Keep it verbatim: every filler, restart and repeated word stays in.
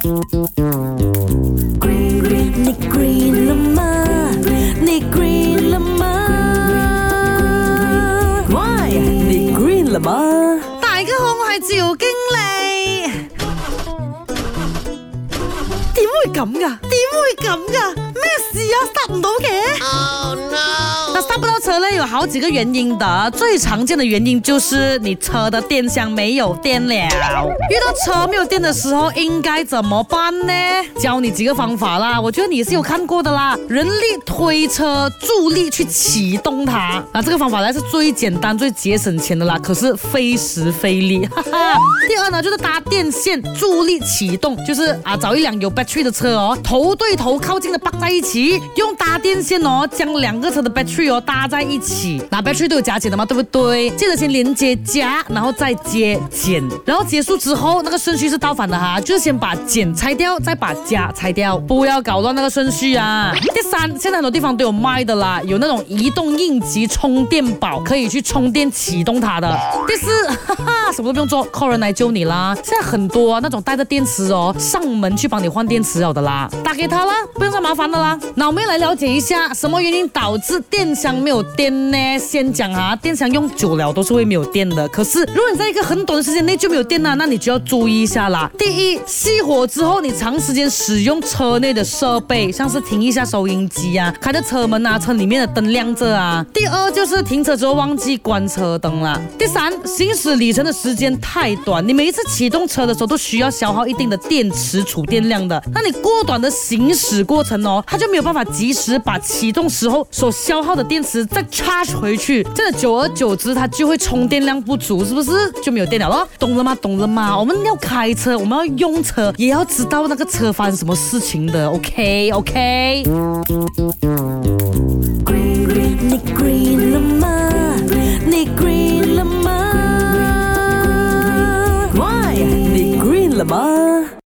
你 green 了吗？你 green 了吗 ？Why？ 你 green 了嗎？ 大家好，我係趙經理。點會咁噶？點會咁噶？咩事啊？搭唔到嘅 ？Oh no！ 那搭不到車呢，有好幾個原因的。最常見的原因就是你車的電箱沒有電了。遇到車沒有電的時候，應該怎麼辦呢？教你幾個方法啦，我覺得你是有看過的啦。人力推車助力去啟動它，那這個方法呢是最簡單、最節省錢的啦，可是費時費力。哈哈。第二呢，就是搭電線助力啟動，就是啊找一輛有 battery 的車哦，頭對頭靠近的綁在一起，用搭電線哦將兩個車的 battery 哦搭在一起。那 battery 都有加減的嘛，對不對？記得先連接加，然後再接減，然後結束之後那個順序是倒反的哈，就是先把減拆掉，再把加拆掉，不要搞亂那個順序啊。第三，現在很多地方都有賣的啦，有那種移動應急充電寶，可以去充電啟動它的。第四，哈哈，什麼都不用做，靠人來救你啦。現在很多、啊、那種帶着電池哦，上門去幫你換電池了的啦，打給他啦，不用再麻煩的啦。那我們來了解一下，什麼原因導致電箱沒有電呢？先講啊，電箱用久了都是會沒有電的。可是如果你在一個很短的時間內就沒有電啦，那你就要注意一下啦。第一，熄火之後，你長時間使用車內的設備，像是停一下收音機啊，開着車門啊，車裡面的燈亮着啊。第二，就是停車之後忘記關車燈啦。第三，行駛里程的時間太短，你每一次啟動車的時候都需要消耗一定的電池儲電量的，那你過短的行駛過程哦，它就沒有辦法及時把啟動時候所消耗的電池再 charge 回去，這樣久而久之它就會充電量不足，是不是就沒有電了咯？懂了嗎？懂了嗎？我們要開車，我們要用車，也要知道那個車發生什麼事情的。OK OK。 你 green 了嗎？你 green 了嗎 ？Why？ 你 green 了嗎？